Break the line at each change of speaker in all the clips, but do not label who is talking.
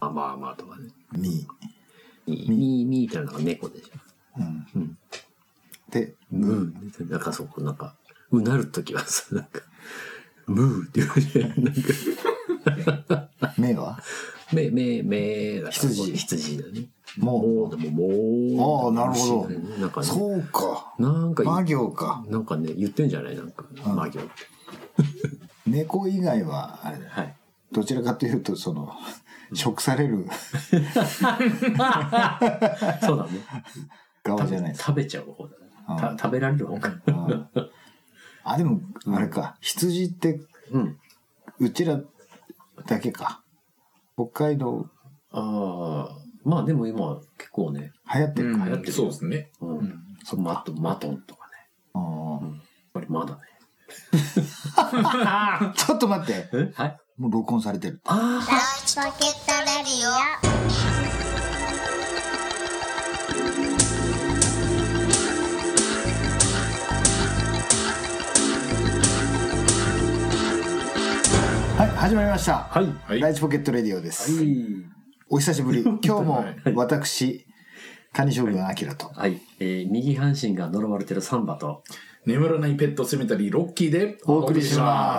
まあまあとかね。
ミ
ーってのは猫でしょ。
うん。で、
ムー。なんかそこ、なんか、うなるときはさ、なんか、ムーって言うじゃん。なんか。
目は
目だから羊だね。もう。
ああ、なるほど。
なんかね。
そうか。
なんか、
魔行か。
なんかね、言ってんじゃないなんか、魔行って。
猫以外は、あれだ。はい。どちらかというと、食される。
そうだね。
側じゃないですか。
食べちゃう方だね。食べられる方か。
あ、でも、あれか。羊って、うちらだけか。北海道。
ああ、まあでも今結構ね。
流行って
る。
そうですね。
マトンとかね。やっぱりまだね。
ちょっと待って。
はい。
もう録音されてる。
ラジポケットレディオ。
はい、始まりました。
はい。
ライチポケットレディオです。
はい。
お久しぶり。今日も私、谷将軍アキラと。
はい。右半身が呪われてるサンバと。
眠らないペットセメタリーロッキーで
お送りします。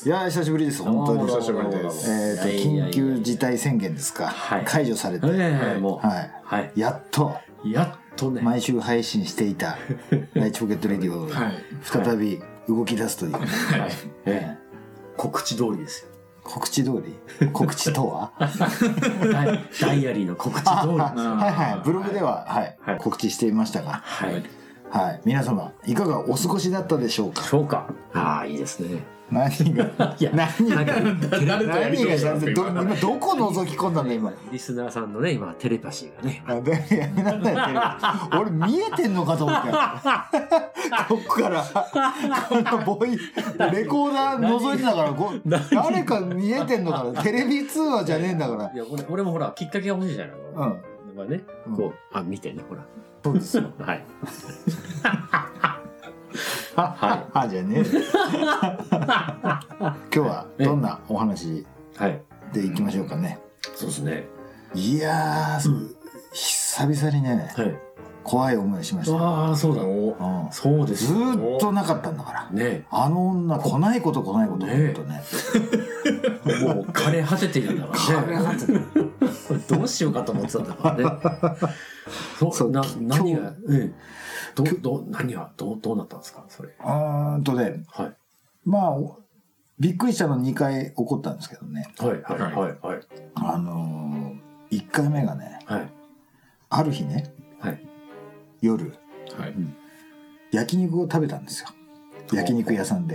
いや久しぶりです。本当に
久しぶりです。
緊急事態宣言ですか。解除されて。
もう。はい。
やっと
ね。
毎週配信していたライチポケットレディオが再び動き出すという。
告知通りですよ。
告知通り告知とは
ダイアリーの告知通り。
はいはい。ブログでは、告知していましたが。はい。皆様、いかがお過ごしだったでしょうか。
ああ、いいですね。
何が今どこ覗き込んだんだ今。
リスナーさんのね、今テレパシーがね。
やめなさい。俺見えてんのかと思って。こっからこのボイレコーダー覗いてたから誰か見えてんのかな。テレビ通話じゃねえんだから。
いや俺もほらきっかけが欲しいじゃない。だからね、こう見てねほら。
そうですよ。
はい。
じゃねえ。今日はどんなお話でいきましょうかね。
そうですね。
いや久々にね、怖い思いしました。
ああそうだ。そうです。
ずーっとなかったんだからね。あの女来ないこと本当ね。
もう枯れ果ててるんだからね。枯れ果ててる。どうしようかと思ってたんだからね。そう何が何がどうなったんですかそれ。
ね。まあびっくりしたの2回起こったんですけどね。1回目がね、ある日ね、夜焼肉を食べたんですよ。焼肉屋さんで。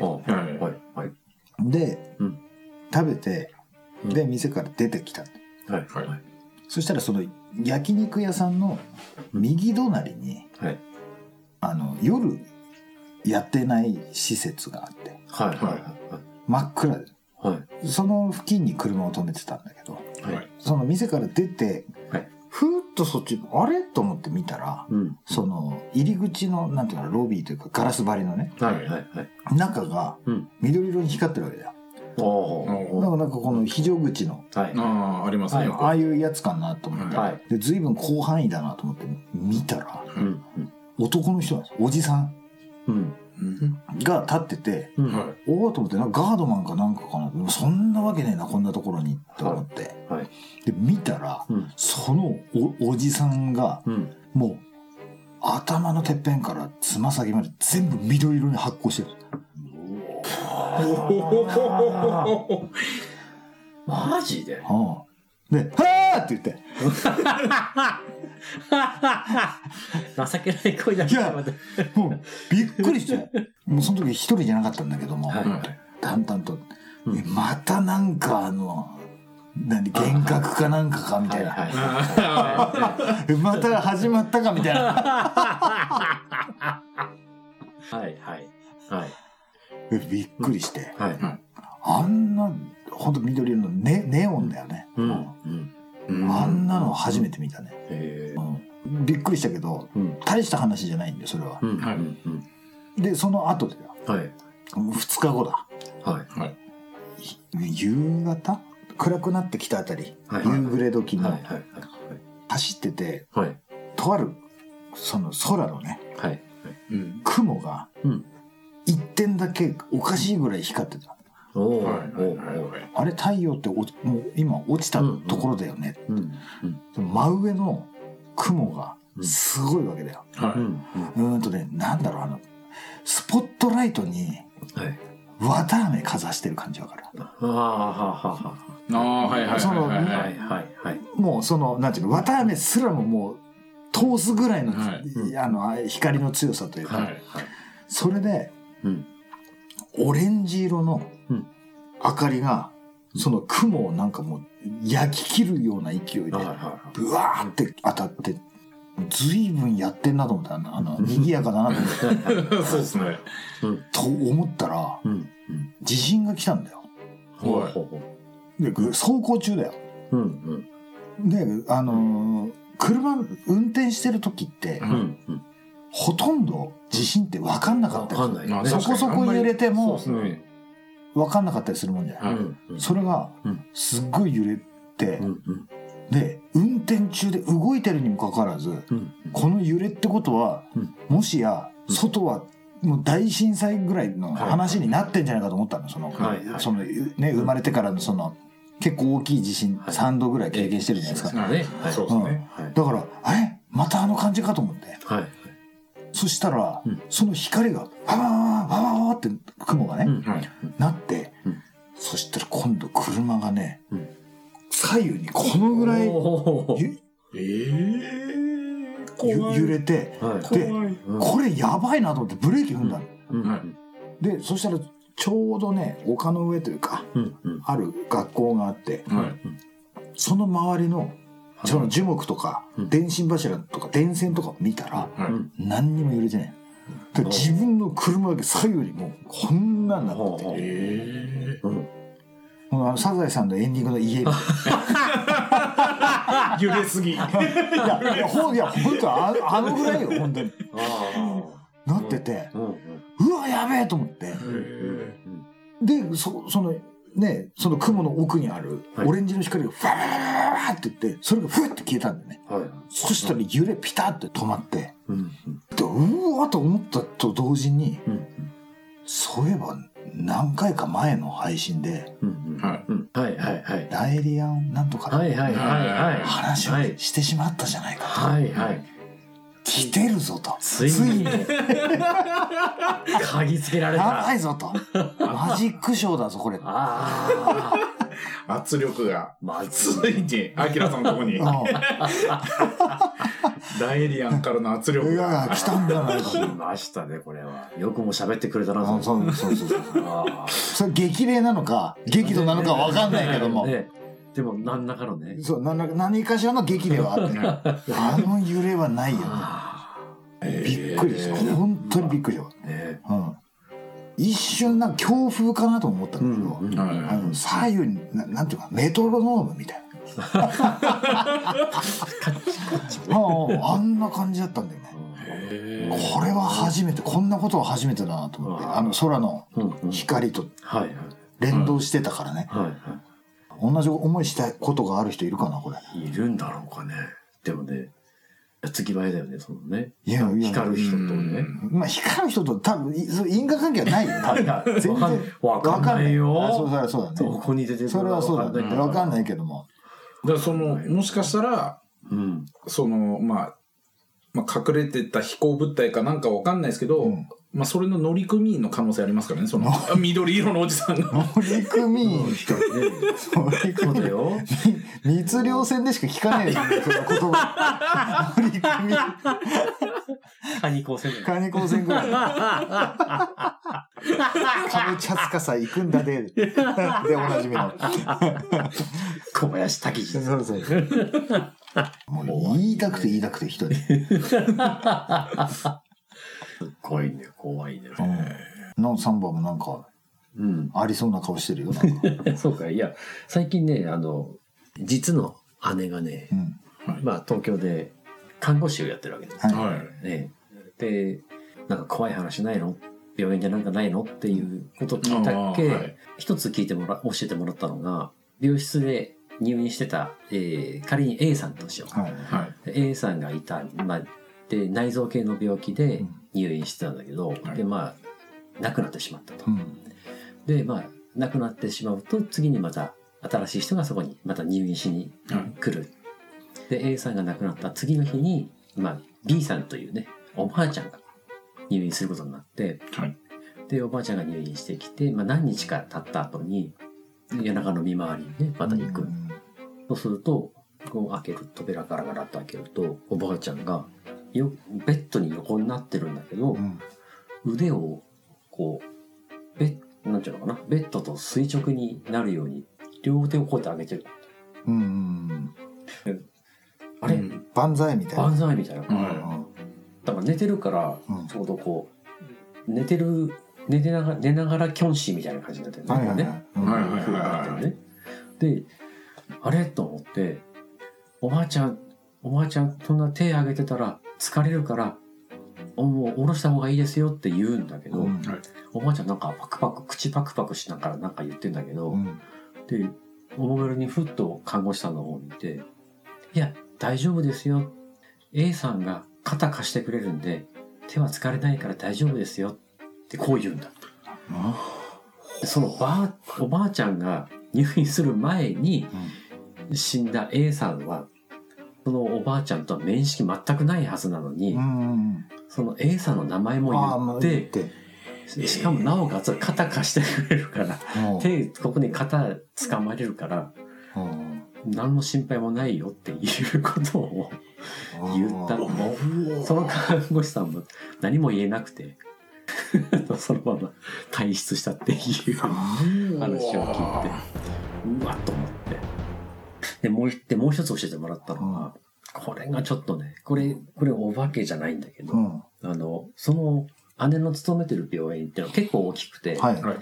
で食べてで店から出てきた。そしたらその焼肉屋さんの右隣に夜やってない施設があって真っ暗でその付近に車を止めてたんだけど、その店から出てふーっとそっちあれと思って見たら、その入り口のなんていうかロビーというかガラス張りのね、中が緑色に光ってるわけだよ。なんかこの非常口の
ありますね。
ああいうやつかなと思ってで随分広範囲だなと思って見たら男の人なんですよ。おじさんが立ってておおと思ってガードマンかなんかかな。でもそんなわけねえなこんなところにと思ってで見たらそのおじさんがもう頭のてっぺんからつま先まで全部緑色に発光してる。
マジで？
で、はーって言って。
情けない声だ。
いや、もうびっくりして。もうその時一人じゃなかったんだけども、淡々と、またなんか幻覚かなんかかみたいな。また始まったかみたいな。びっくりして。あんなほんと緑色のネオンだよね。あんなの初めて見たね。びっくりしたけど大した話じゃないんだよそれは。でその後で2日後だ。夕方暗くなってきたあたり、夕暮れ時に走ってて、とあるその空のね、雲が一点だけおかしいぐらい光ってた。あれ太陽ってもう今落ちたところだよね。真上の雲がすごいわけだよ。なんだろう、スポットライトに綿あめかざしてる感じわかる？もうそのなんていうの、綿あめすらももう通すぐらいの光の強さというか、それでオレンジ色の明かりがその雲をなんかもう焼き切るような勢いでブワーって当たって、ずいぶんやってんなと思った。賑やかだなと思って
そうですね。
と思ったら地震が来たんだよ。で走行中だよ。で車運転してる時って、ほとんど地震って分かんなかったりする。そこそこ揺れても分かんなかったりするもんじゃない。それがすっごい揺れて、で運転中で動いてるにもかかわらず、この揺れってことは、もしや外はもう大震災ぐらいの話になってんじゃないかと思ったの。そのね、生まれてからのその結構大きい地震3度ぐらい経験してるじゃないですか。だからまたあの感じかと思って、そしたらその光がパワーって雲がねなって、そしたら今度車がね左右にこのぐらい揺れて、でこれやばいなと思ってブレーキ踏んだの。でそしたらちょうどね丘の上というかある学校があって、その周りのその樹木とか電信柱とか電線とかを見たら何にも揺れてない。で自分の車だけ左右にもうこんなんなってて、サザエさんのエンディングの家みたいな
揺れすぎ。いや
本当あのぐらいよ本当になってて、うわやべえと思って、でその雲の奥にあるオレンジの光がファーっていってそれがフッて消えたんだよね。そしたら揺れピタッて止まって、でうわと思ったと同時に、そういえば何回か前の配信でダイリアンなんとかの話をしてしまったじゃないかと。来てるぞと、
ついに嗅ぎつけられた。
やばいぞと、マジックショーだぞこれ。
圧力がついにアキラさんのとこにダイリアンからの圧力が
来たんじゃないか。
来ましたねこれは。よくも喋ってくれたな。
そうそれ激励なのか激怒なのか分かんないけども、
でも何らかのね、
何かしらの激励はあってあの揺れはないよね。びっくりした。本当にびっくりした。一瞬なんか強風かなと思ったんだけど、左右になんていうかメトロノームみたいなあんな感じだったんだよね。これは初めて、こんなことは初めてだなと思って、空の光と連動してたからね。同じ思いしたことがある人いるかなこれ。
いるんだろうかね。でもね、矢継ぎ早だよね、そのね。光る人とね。
まあ光る人と多分因果関係はないよね。
全然わかんないよ。
そうだね。
どこに出てるか
それはそうだね。わかんないけども。
だからもしかしたら隠れてた飛行物体かなんかわかんないですけど、それの乗組員の可能性ありますからね。その緑色のおじさんが
乗組員そうだよ。密漁船でしか聞かないよね、その言葉。乗組員。
カニ高専
ぐらい。カムチャツカさ行くんだでおなじみの
小林滝次。
もう言いたくて一人。
怖いね。
の3番もなんかありそうな顔してるよ。
そうか。いや最近ね実の姉がね、東京で看護師をやってるわけですね。でなんか怖い話ないの？病院でなんかないのっていうことを聞いたっけ、一つ教えてもらったのが、 病室で入院してた、仮に A さんとしよう、
はいはい、
A さんがいた、で内臓系の病気で入院してたんだけど、で亡くなってしまったと、で亡くなってしまうと次にまた新しい人がそこにまた入院しに来る、で A さんが亡くなった次の日に、B さんというねおばあちゃんが入院することになって、でおばあちゃんが入院してきて、何日か経った後に夜中の見回りにねまた行く、そうするとこう開ける、扉ガラガラと開けるとおばあちゃんがベッドに横になってるんだけど、腕をこうなんていうのかな、ベッドと垂直になるように両手をこうやって上げてる。あれ、
万歳みたいな。
万歳みたいな。だから寝てるから、ちょうどこう寝ながらキョンシーみたいな感じになってるね。で、あれと思って、おばあちゃんそんな手上げてたら疲れるからもう下ろした方がいいですよって言うんだけど、おばあちゃんなんか口パクパクしながらなんか言ってんだけど、でおもむろにふっと看護師さんの方を見て、いや大丈夫ですよ、 A さんが肩貸してくれるんで手は疲れないから大丈夫ですよってこう言うんだ。そのおばあちゃんが入院する前に死んだ A さんはそのおばあちゃんとは面識全くないはずなのに、その A さんの名前も言って、しかもなおかつ肩貸してくれるから、ここに肩掴まれるから、何の心配もないよっていうことを言ったのも、その看護師さんも何も言えなくてそのまま退出したっていう話を聞いて、うわっと思って、でもう一つ教えてもらったのは、これがちょっとね、これお化けじゃないんだけど、その姉の勤めてる病院っていうのは結構大きくて、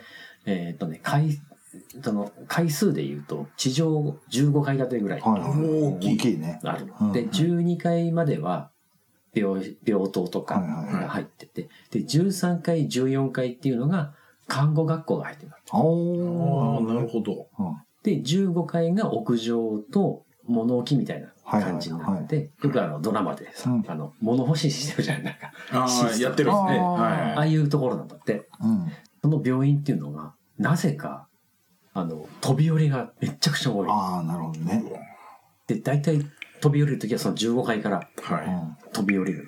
回数でいうと地上15階建てぐらい
大きいね
あるので、12階までは病棟とかが入ってて、で13階14階っていうのが看護学校が入ってる。
なるほど。
で15階が屋上と物置みたいな感じになって、よくドラマでさ、物干ししてるじゃないか、
やってるんですね。
ああいうところなんだって。その病院っていうのがなぜか飛び降りがめっちゃくちゃ多い。
なるほどね。
で大体飛び降りるときはその15階から飛び降りる。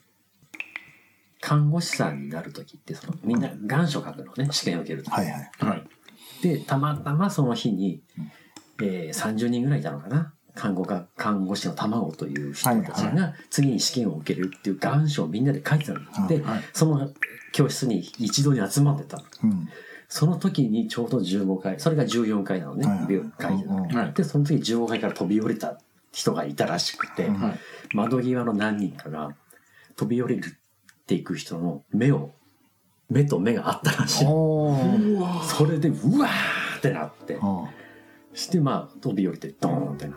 看護師さんになるときってみんな願書書くのね、試験を受けるとき。でたまたまその日に、30人ぐらいいたのかな、看護師の卵という人たちが次に試験を受けるっていう願書をみんなで書いてたので、その教室に一度に集まってたの。その時にちょうど15階、それが14階なのね、でその時15階から飛び降りた人がいたらしくて、窓際の何人かが飛び降りるっていく人の目と目があったらしい。それでうわーってなって、して飛び降りてドーンってなって、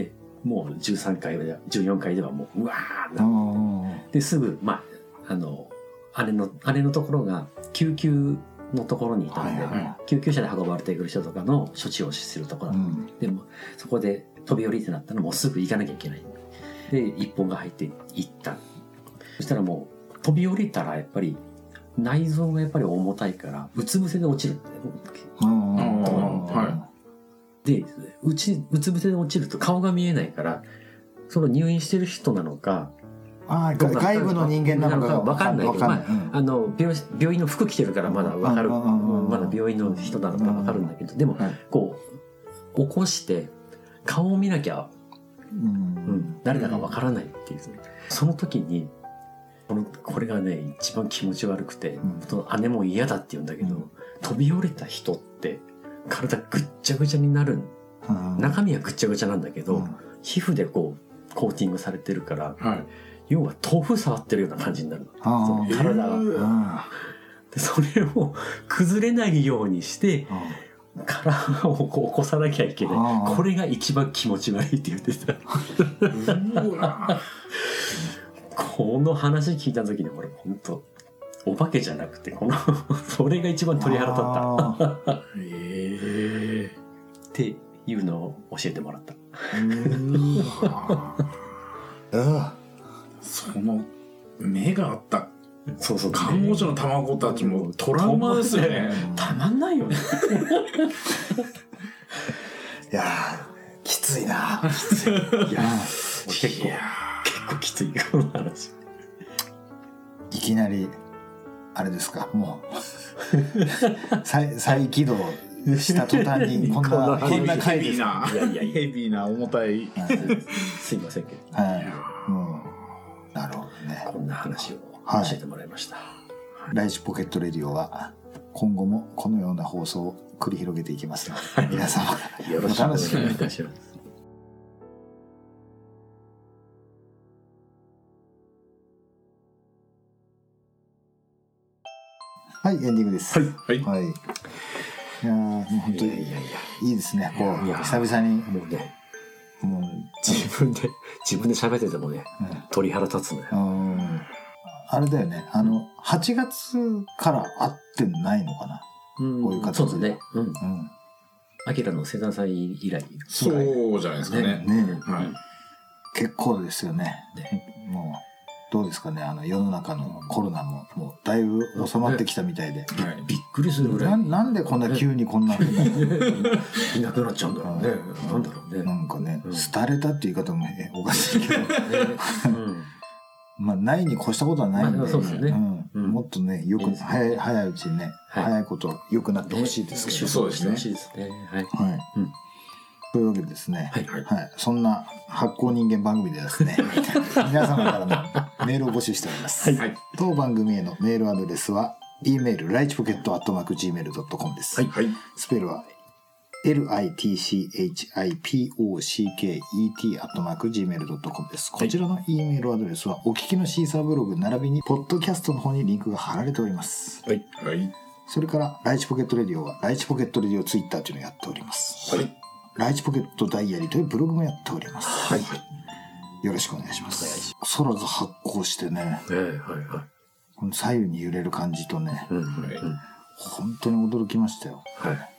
もう13階で14階ではもううわーってなって、ですぐ姉のところが救急のところにいたので、救急車で運ばれてくる人とかの処置をするところだったので、でもそこで飛び降りってなったらもうすぐ行かなきゃいけない。で一本が入って行った。そしたらもう飛び降りたらやっぱり内臓がやっぱり重たいからうつ伏せで落ちるんだよね。でうつ伏せで落ちると顔が見えないから、その入院してる人なのか
外部の人間なのか
分かんないけど、病院の服着てるからまだ分かる、まだ病院の人なのか分かるんだけど、でもこう起こして顔を見なきゃ誰だか分からないっていう、その時にこれがね一番気持ち悪くて、姉も嫌だって言うんだけど、飛び降りた人って体ぐっちゃぐちゃになる、中身はぐっちゃぐちゃなんだけど、皮膚でこうコーティングされてるから、要は豆腐触ってるような感じになるの、体が。でそれを崩れないようにして体をこう起こさなきゃいけない。これが一番気持ち悪いって言ってた。この話聞いた時に俺本当お化けじゃなくてそれが一番鳥肌立った。っていうのを教えてもらった。
その目があった
そうそう、
看護師の卵たちもトラウマですよね。
たまんないよね。
いやきついな。
いや結構きついこの話。
いきなりあれですか、もう再起動した途端にこんな
ヘビー
な、
ヘビーな重たい。
すいませんけど。
はい。なるほどね。
こんな話を教えてもらいました。
ライチポケットレディオは今後もこのような放送を繰り広げていきますので、皆様
よろしくお願いいたします。
はい、エンディングです。
はい。
はい。いやもう本当にいいですね。こう久々に
もうね、もう自分で喋っててもね、鳥肌立つのよ。
あれだよね。8月から会ってないのかな。こういう形で。
そうですね。アキラの生誕祭以来。
そうじゃないですかね。
はい。結構ですよね。もう。どうですかね、世の中のコロナももうだいぶ収まってきたみたいで、
びっくりするぐらい
なんでこんな急にこんなふうに
いなくなっちゃうんだろうね。なんだろうね。
なんかね、廃れたっていう言い方もおかしいけど、まあないに越したことはないんで、もっとね、よく早いうちにね、早いこと良くなってほしいですけど、
そうですね。
はい。というわけでですね、そんな発酵人間番組でですね、皆様からのメールを募集しております。当番組へのメールアドレスは e メール lightpocket@gmail.com です。スペルは litchippocket@gmail.com です。こちらの E メールアドレスはお聞きのシーサーブログ並びにポッドキャストの方にリンクが貼られております。それからライチポケットレディオはライチポケットレディオツイッターというのをやっております。ライチポケットダイアリーというブログもやっております。よろしくお願いします。空が発光してね、この左右に揺れる感じとね、本当に驚きましたよ。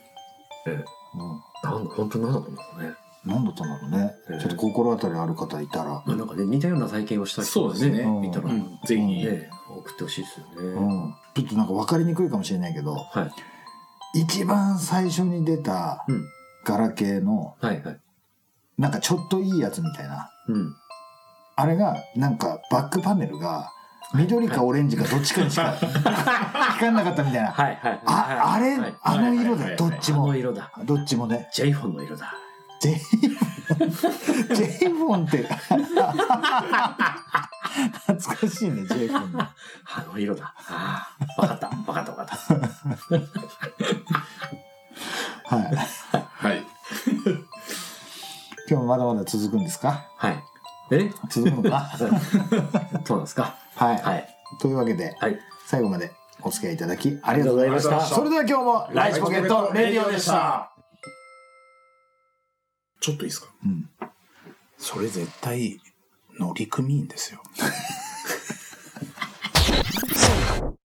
本当なんだと思うね。
なんだったんだろうね。ちょっと心当たりある方いたら、
なんかね、似たような体験をした人がね、いたら
ぜひ
送ってほしいですよね。
ちょっとなんか分かりにくいかもしれないけど、一番最初に出たガラケーのなんかちょっといいやつみたいな、あれがなんかバックパネルが緑かオレンジかどっちかにしか光んなかったみたいな。あれあの色だよ、どっちも。どっちもね。
J フォンの色だ。
J フォンって懐かしいね、 J フォンの
あの色だ。分かった。
今日もまだまだ続くんですか？続くのかな？
そうなんですか。
というわけで、最後までお付き合いいただきありがとうございました。それでは今日もライチポケットレディオでした。
ちょっといいですか？それ絶対乗組員ですよ。